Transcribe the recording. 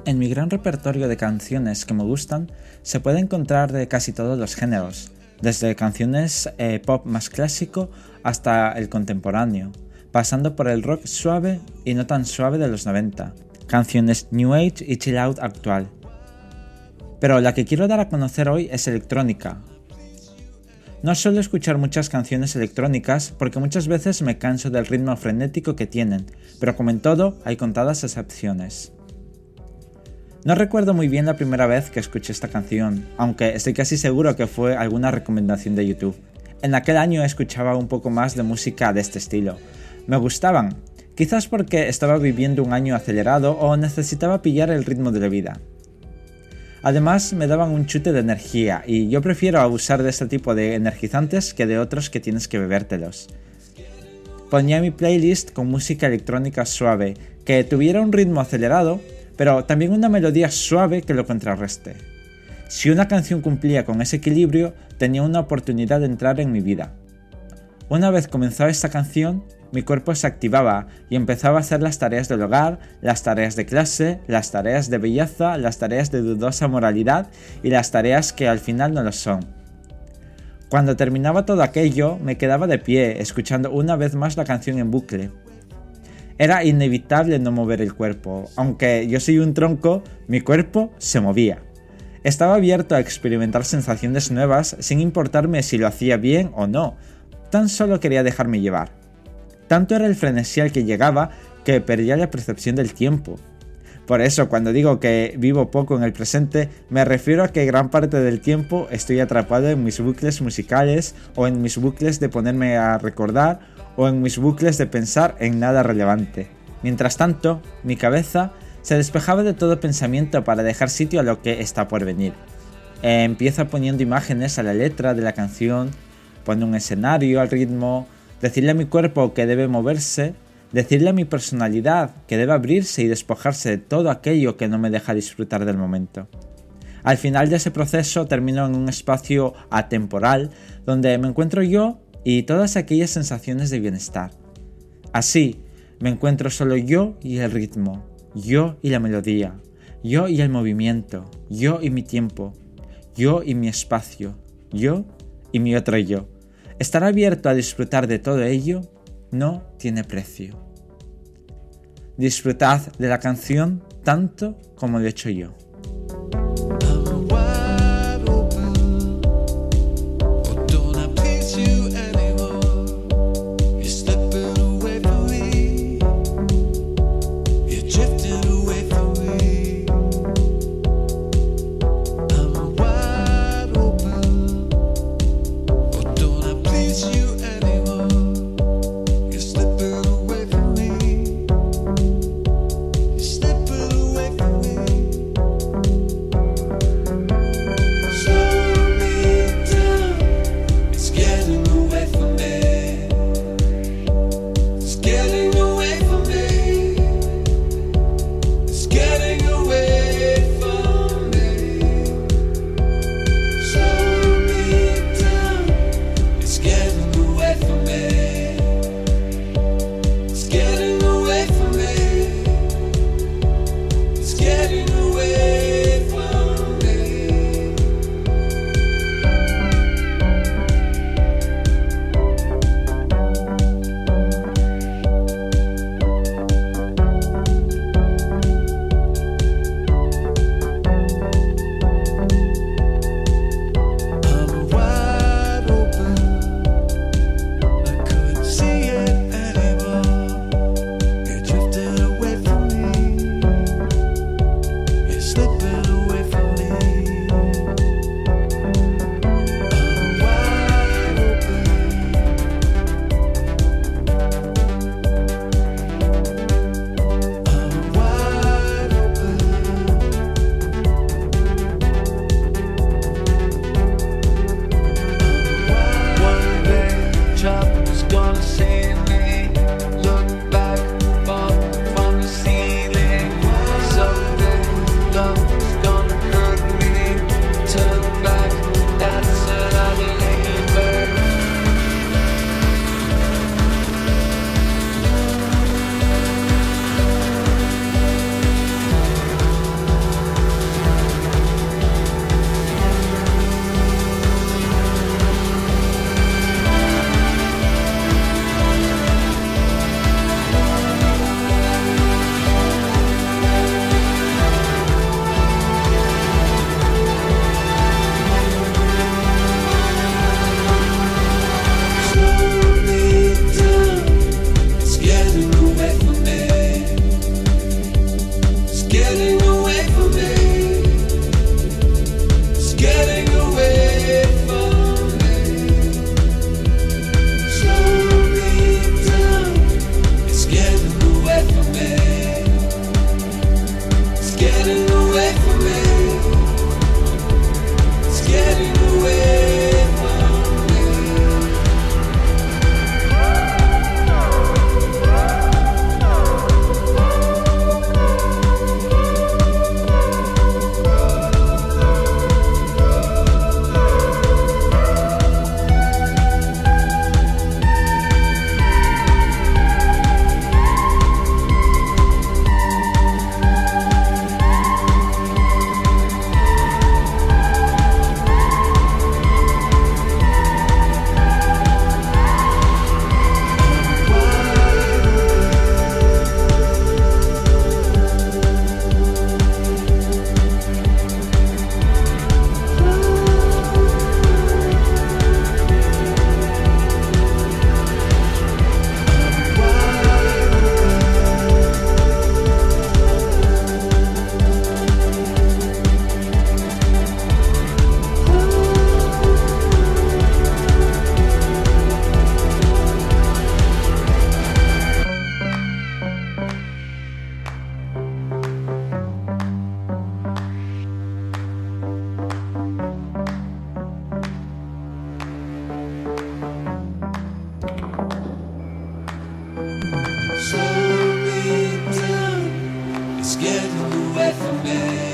En mi gran repertorio de canciones que me gustan, se puede encontrar de casi todos los géneros, desde canciones pop más clásico hasta el contemporáneo, pasando por el rock suave y no tan suave de los 90, canciones New Age y Chill Out actual. Pero la que quiero dar a conocer hoy es electrónica. No suelo escuchar muchas canciones electrónicas porque muchas veces me canso del ritmo frenético que tienen, pero como en todo, hay contadas excepciones. No recuerdo muy bien la primera vez que escuché esta canción, aunque estoy casi seguro que fue alguna recomendación de YouTube. En aquel año escuchaba un poco más de música de este estilo. Me gustaban, quizás porque estaba viviendo un año acelerado o necesitaba pillar el ritmo de la vida. Además me daban un chute de energía y yo prefiero abusar de este tipo de energizantes que de otros que tienes que bebértelos. Ponía mi playlist con música electrónica suave, que tuviera un ritmo acelerado, pero también una melodía suave que lo contrarreste. Si una canción cumplía con ese equilibrio, tenía una oportunidad de entrar en mi vida. Una vez comenzaba esta canción, mi cuerpo se activaba y empezaba a hacer las tareas del hogar, las tareas de clase, las tareas de belleza, las tareas de dudosa moralidad y las tareas que al final no lo son. Cuando terminaba todo aquello, me quedaba de pie, escuchando una vez más la canción en bucle. Era inevitable no mover el cuerpo, aunque yo soy un tronco, mi cuerpo se movía. Estaba abierto a experimentar sensaciones nuevas sin importarme si lo hacía bien o no, tan solo quería dejarme llevar. Tanto era el frenesí al que llegaba que perdía la percepción del tiempo. Por eso, cuando digo que vivo poco en el presente, me refiero a que gran parte del tiempo estoy atrapado en mis bucles musicales o en mis bucles de ponerme a recordar o en mis bucles de pensar en nada relevante. Mientras tanto, mi cabeza se despejaba de todo pensamiento para dejar sitio a lo que está por venir. Empiezo poniendo imágenes a la letra de la canción, pone un escenario al ritmo, decirle a mi cuerpo que debe moverse, decirle a mi personalidad que debe abrirse y despojarse de todo aquello que no me deja disfrutar del momento. Al final de ese proceso termino en un espacio atemporal donde me encuentro yo y todas aquellas sensaciones de bienestar. Así, me encuentro solo yo y el ritmo, yo y la melodía, yo y el movimiento, yo y mi tiempo, yo y mi espacio, yo y mi otro yo. Estar abierto a disfrutar de todo ello no tiene precio. Disfrutad de la canción tanto como lo he hecho yo. getting away from me. It's getting away from me. Slow me down. It's getting away from me. It's getting away from me. It's getting away from me. Slow me down. It's getting away from me.